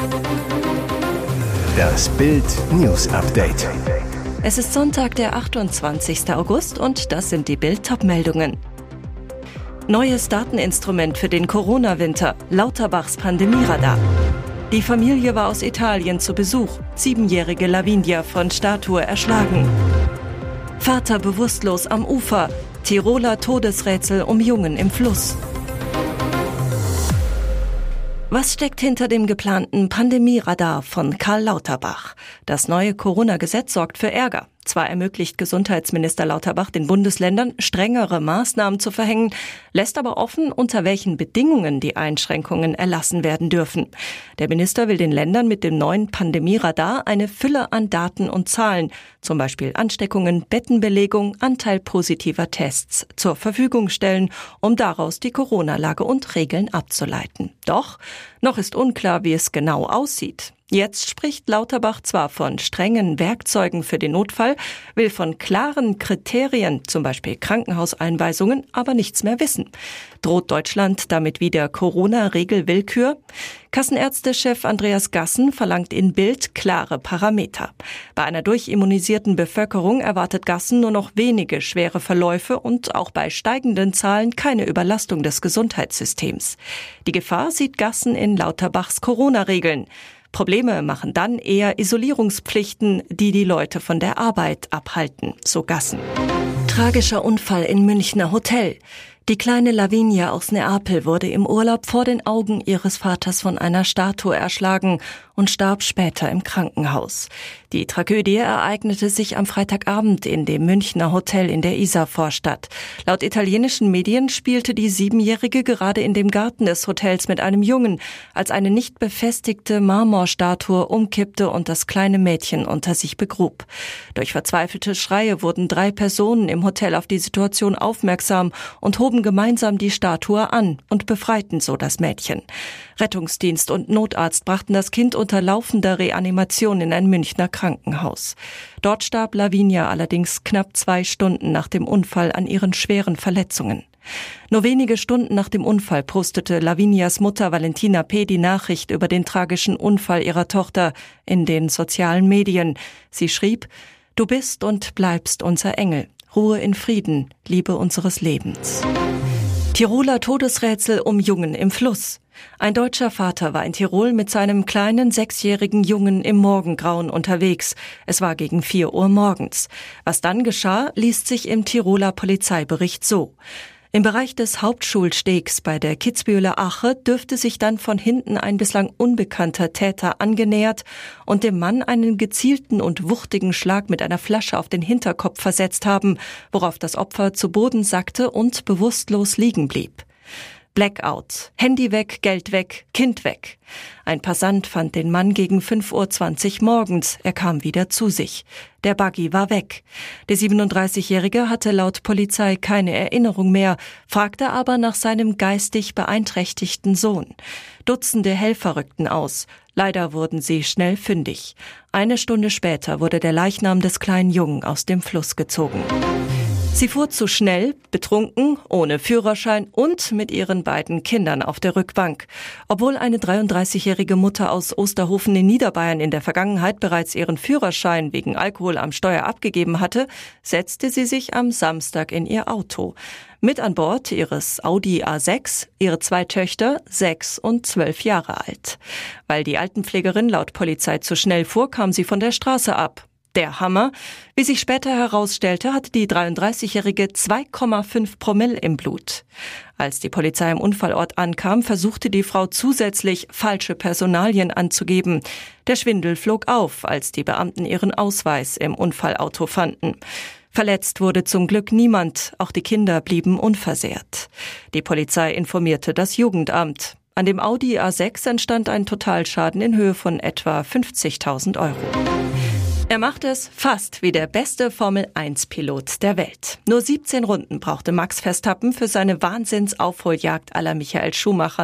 Das Bild News Update. Es ist Sonntag, der 28. August und das sind die Bild-Top-Meldungen. Neues Dateninstrument für den Corona-Winter, Lauterbachs Pandemieradar. Die Familie war aus Italien zu Besuch, 7-jährige Lavinia von Statue erschlagen. Vater bewusstlos am Ufer, Tiroler Todesrätsel um Jungen im Fluss. Was steckt hinter dem geplanten Pandemieradar von Karl Lauterbach? Das neue Corona-Gesetz sorgt für Ärger. Zwar ermöglicht Gesundheitsminister Lauterbach den Bundesländern, strengere Maßnahmen zu verhängen, lässt aber offen, unter welchen Bedingungen die Einschränkungen erlassen werden dürfen. Der Minister will den Ländern mit dem neuen Pandemieradar eine Fülle an Daten und Zahlen, zum Beispiel Ansteckungen, Bettenbelegung, Anteil positiver Tests, zur Verfügung stellen, um daraus die Corona-Lage und Regeln abzuleiten. Doch noch ist unklar, wie es genau aussieht. Jetzt spricht Lauterbach zwar von strengen Werkzeugen für den Notfall, will von klaren Kriterien, zum Beispiel Krankenhauseinweisungen, aber nichts mehr wissen. Droht Deutschland damit wieder Corona-Regelwillkür? Kassenärztechef Andreas Gassen verlangt in Bild klare Parameter. Bei einer durchimmunisierten Bevölkerung erwartet Gassen nur noch wenige schwere Verläufe und auch bei steigenden Zahlen keine Überlastung des Gesundheitssystems. Die Gefahr sieht Gassen in Lauterbachs Corona-Regeln. Probleme machen dann eher Isolierungspflichten, die die Leute von der Arbeit abhalten, so Gassen. Tragischer Unfall in Münchner Hotel. Die kleine Lavinia aus Neapel wurde im Urlaub vor den Augen ihres Vaters von einer Statue erschlagen und starb später im Krankenhaus. Die Tragödie ereignete sich am Freitagabend in dem Münchner Hotel in der Isarvorstadt. Laut italienischen Medien spielte die 7-Jährige gerade in dem Garten des Hotels mit einem Jungen, als eine nicht befestigte Marmorstatue umkippte und das kleine Mädchen unter sich begrub. Durch verzweifelte Schreie wurden 3 Personen im Hotel auf die Situation aufmerksam und hoben gemeinsam die Statue an und befreiten so das Mädchen. Rettungsdienst und Notarzt brachten das Kind unter laufender Reanimation in ein Münchner Krankenhaus. Dort starb Lavinia allerdings knapp 2 Stunden nach dem Unfall an ihren schweren Verletzungen. Nur wenige Stunden nach dem Unfall postete Lavinias Mutter Valentina P. die Nachricht über den tragischen Unfall ihrer Tochter in den sozialen Medien. Sie schrieb: „Du bist und bleibst unser Engel. Ruhe in Frieden, Liebe unseres Lebens." Tiroler Todesrätsel um Jungen im Fluss. Ein deutscher Vater war in Tirol mit seinem kleinen 6-jährigen Jungen im Morgengrauen unterwegs. Es war gegen 4 Uhr morgens. Was dann geschah, liest sich im Tiroler Polizeibericht so: Im Bereich des Hauptschulstegs bei der Kitzbüheler Ache dürfte sich dann von hinten ein bislang unbekannter Täter angenähert und dem Mann einen gezielten und wuchtigen Schlag mit einer Flasche auf den Hinterkopf versetzt haben, worauf das Opfer zu Boden sackte und bewusstlos liegen blieb. Blackout. Handy weg, Geld weg, Kind weg. Ein Passant fand den Mann gegen 5:20 Uhr morgens. Er kam wieder zu sich. Der Buggy war weg. Der 37-Jährige hatte laut Polizei keine Erinnerung mehr, fragte aber nach seinem geistig beeinträchtigten Sohn. Dutzende Helfer rückten aus. Leider wurden sie schnell fündig. 1 Stunde später wurde der Leichnam des kleinen Jungen aus dem Fluss gezogen. Sie fuhr zu schnell, betrunken, ohne Führerschein und mit ihren beiden Kindern auf der Rückbank. Obwohl eine 33-jährige Mutter aus Osterhofen in Niederbayern in der Vergangenheit bereits ihren Führerschein wegen Alkohol am Steuer abgegeben hatte, setzte sie sich am Samstag in ihr Auto. Mit an Bord ihres Audi A6 ihre 2 Töchter, 6 und 12 Jahre alt. Weil die Altenpflegerin laut Polizei zu schnell fuhr, kam sie von der Straße ab. Der Hammer: Wie sich später herausstellte, hatte die 33-Jährige 2,5 Promille im Blut. Als die Polizei am Unfallort ankam, versuchte die Frau zusätzlich falsche Personalien anzugeben. Der Schwindel flog auf, als die Beamten ihren Ausweis im Unfallauto fanden. Verletzt wurde zum Glück niemand, auch die Kinder blieben unversehrt. Die Polizei informierte das Jugendamt. An dem Audi A6 entstand ein Totalschaden in Höhe von etwa 50.000 Euro. Er macht es fast wie der beste Formel-1-Pilot der Welt. Nur 17 Runden brauchte Max Verstappen für seine Wahnsinnsaufholjagd à la Michael Schumacher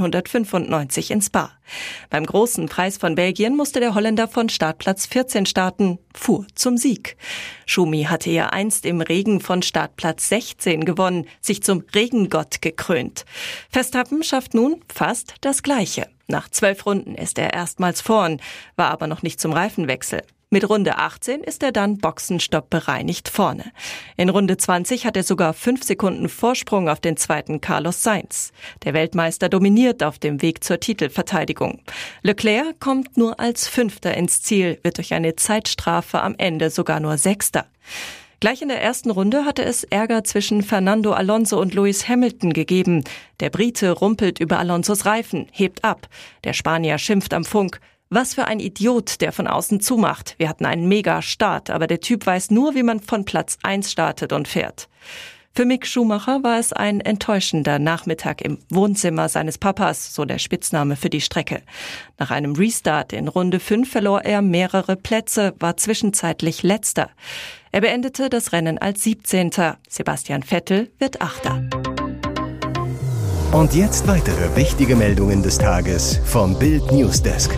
1995 in Spa. Beim großen Preis von Belgien musste der Holländer von Startplatz 14 starten, fuhr zum Sieg. Schumi hatte ja einst im Regen von Startplatz 16 gewonnen, sich zum Regengott gekrönt. Verstappen schafft nun fast das Gleiche. Nach 12 Runden ist er erstmals vorn, war aber noch nicht zum Reifenwechsel. Mit Runde 18 ist er dann boxenstoppbereinigt vorne. In Runde 20 hat er sogar 5 Sekunden Vorsprung auf den zweiten Carlos Sainz. Der Weltmeister dominiert auf dem Weg zur Titelverteidigung. Leclerc kommt nur als Fünfter ins Ziel, wird durch eine Zeitstrafe am Ende sogar nur Sechster. Gleich in der ersten Runde hatte es Ärger zwischen Fernando Alonso und Lewis Hamilton gegeben. Der Brite rumpelt über Alonsos Reifen, hebt ab. Der Spanier schimpft am Funk. Was für ein Idiot, der von außen zumacht. Wir hatten einen Mega-Start, aber der Typ weiß nur, wie man von Platz 1 startet und fährt. Für Mick Schumacher war es ein enttäuschender Nachmittag im Wohnzimmer seines Papas, so der Spitzname für die Strecke. Nach einem Restart in Runde 5 verlor er mehrere Plätze, war zwischenzeitlich Letzter. Er beendete das Rennen als 17. Sebastian Vettel wird 8. Und jetzt weitere wichtige Meldungen des Tages vom Bild Newsdesk.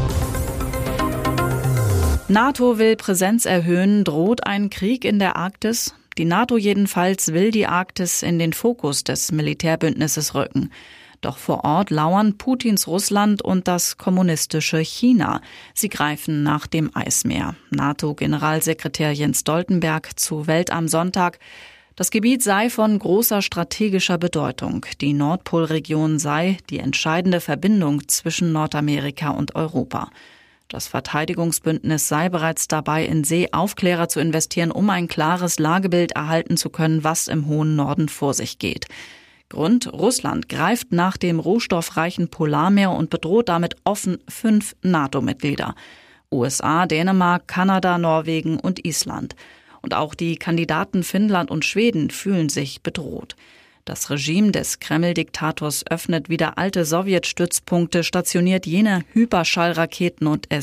NATO will Präsenz erhöhen, droht ein Krieg in der Arktis? Die NATO jedenfalls will die Arktis in den Fokus des Militärbündnisses rücken. Doch vor Ort lauern Putins Russland und das kommunistische China. Sie greifen nach dem Eismeer. NATO-Generalsekretär Jens Stoltenberg zu Welt am Sonntag. Das Gebiet sei von großer strategischer Bedeutung. Die Nordpolregion sei die entscheidende Verbindung zwischen Nordamerika und Europa. Das Verteidigungsbündnis sei bereits dabei, in Seeaufklärer zu investieren, um ein klares Lagebild erhalten zu können, was im hohen Norden vor sich geht. Grund: Russland greift nach dem rohstoffreichen Polarmeer und bedroht damit offen 5 NATO-Mitglieder. USA, Dänemark, Kanada, Norwegen und Island. Und auch die Kandidaten Finnland und Schweden fühlen sich bedroht. Das Regime des Kreml-Diktators öffnet wieder alte Sowjetstützpunkte, stationiert jene Hyperschallraketen und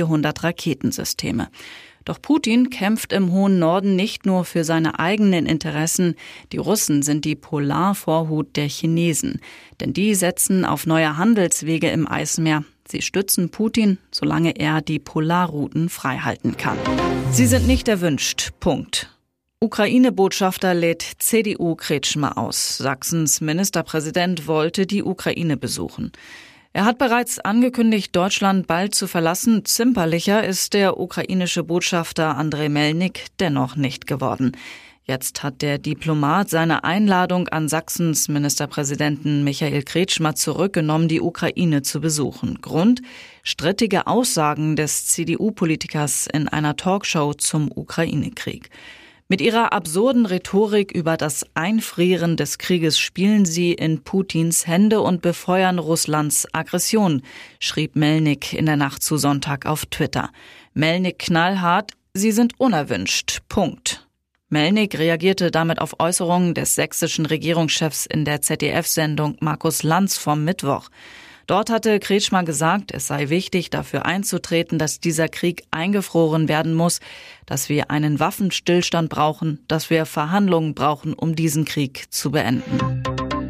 S-400-Raketensysteme. Doch Putin kämpft im hohen Norden nicht nur für seine eigenen Interessen. Die Russen sind die Polarvorhut der Chinesen. Denn die setzen auf neue Handelswege im Eismeer. Sie stützen Putin, solange er die Polarrouten freihalten kann. Sie sind nicht erwünscht. Punkt. Ukraine-Botschafter lädt CDU-Kretschmer aus. Sachsens Ministerpräsident wollte die Ukraine besuchen. Er hat bereits angekündigt, Deutschland bald zu verlassen. Zimperlicher ist der ukrainische Botschafter Andrei Melnik dennoch nicht geworden. Jetzt hat der Diplomat seine Einladung an Sachsens Ministerpräsidenten Michael Kretschmer zurückgenommen, die Ukraine zu besuchen. Grund: strittige Aussagen des CDU-Politikers in einer Talkshow zum Ukraine-Krieg. Mit ihrer absurden Rhetorik über das Einfrieren des Krieges spielen sie in Putins Hände und befeuern Russlands Aggression, schrieb Melnik in der Nacht zu Sonntag auf Twitter. Melnik knallhart: Sie sind unerwünscht. Punkt. Melnik reagierte damit auf Äußerungen des sächsischen Regierungschefs in der ZDF-Sendung Markus Lanz vom Mittwoch. Dort hatte Kretschmer gesagt, es sei wichtig, dafür einzutreten, dass dieser Krieg eingefroren werden muss, dass wir einen Waffenstillstand brauchen, dass wir Verhandlungen brauchen, um diesen Krieg zu beenden.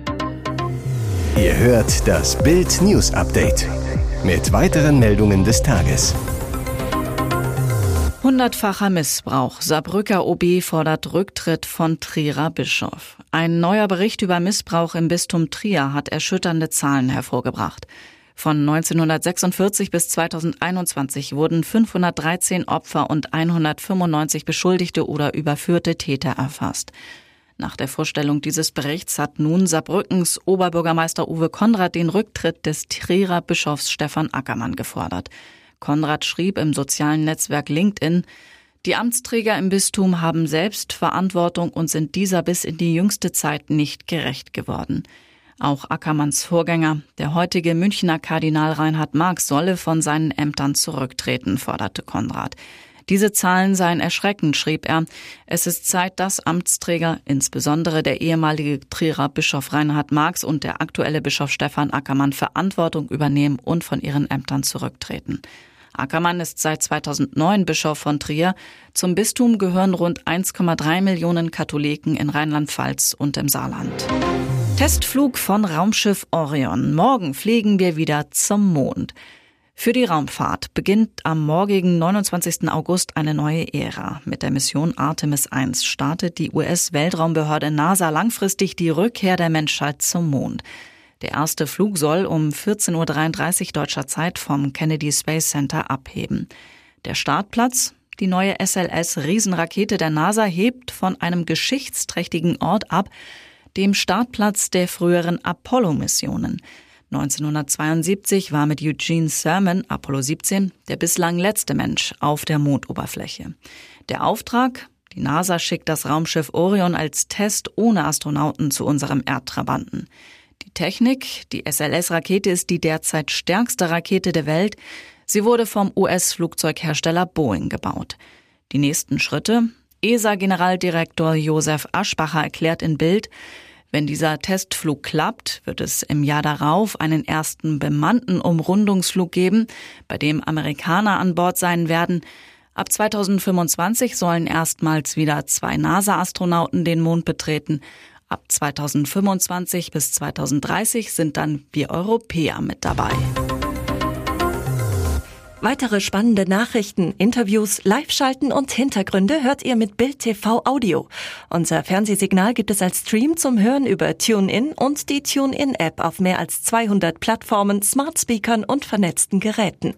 Ihr hört das Bild News Update mit weiteren Meldungen des Tages. 100-facher Missbrauch. Saarbrücker OB fordert Rücktritt von Trierer Bischof. Ein neuer Bericht über Missbrauch im Bistum Trier hat erschütternde Zahlen hervorgebracht. Von 1946 bis 2021 wurden 513 Opfer und 195 beschuldigte oder überführte Täter erfasst. Nach der Vorstellung dieses Berichts hat nun Saarbrückens Oberbürgermeister Uwe Konrad den Rücktritt des Trierer Bischofs Stefan Ackermann gefordert. Konrad schrieb im sozialen Netzwerk LinkedIn: Die Amtsträger im Bistum haben selbst Verantwortung und sind dieser bis in die jüngste Zeit nicht gerecht geworden. Auch Ackermanns Vorgänger, der heutige Münchner Kardinal Reinhard Marx, solle von seinen Ämtern zurücktreten, forderte Konrad. Diese Zahlen seien erschreckend, schrieb er. Es ist Zeit, dass Amtsträger, insbesondere der ehemalige Trierer Bischof Reinhard Marx und der aktuelle Bischof Stefan Ackermann, Verantwortung übernehmen und von ihren Ämtern zurücktreten. Ackermann ist seit 2009 Bischof von Trier. Zum Bistum gehören rund 1,3 Millionen Katholiken in Rheinland-Pfalz und im Saarland. Testflug von Raumschiff Orion. Morgen fliegen wir wieder zum Mond. Für die Raumfahrt beginnt am morgigen 29. August eine neue Ära. Mit der Mission Artemis 1 startet die US-Weltraumbehörde NASA langfristig die Rückkehr der Menschheit zum Mond. Der erste Flug soll um 14:33 Uhr deutscher Zeit vom Kennedy Space Center abheben. Der Startplatz? Die neue SLS-Riesenrakete der NASA hebt von einem geschichtsträchtigen Ort ab, dem Startplatz der früheren Apollo-Missionen. 1972 war mit Eugene Cernan, Apollo 17, der bislang letzte Mensch auf der Mondoberfläche. Der Auftrag? Die NASA schickt das Raumschiff Orion als Test ohne Astronauten zu unserem Erdtrabanten. Die Technik? Die SLS-Rakete ist die derzeit stärkste Rakete der Welt. Sie wurde vom US-Flugzeughersteller Boeing gebaut. Die nächsten Schritte? ESA-Generaldirektor Josef Aschbacher erklärt in Bild: Wenn dieser Testflug klappt, wird es im Jahr darauf einen ersten bemannten Umrundungsflug geben, bei dem Amerikaner an Bord sein werden. Ab 2025 sollen erstmals wieder 2 NASA-Astronauten den Mond betreten. Ab 2025 bis 2030 sind dann wir Europäer mit dabei. Weitere spannende Nachrichten, Interviews, Live-Schalten und Hintergründe hört ihr mit Bild TV Audio. Unser Fernsehsignal gibt es als Stream zum Hören über TuneIn und die TuneIn-App auf mehr als 200 Plattformen, Smart-Speakern und vernetzten Geräten.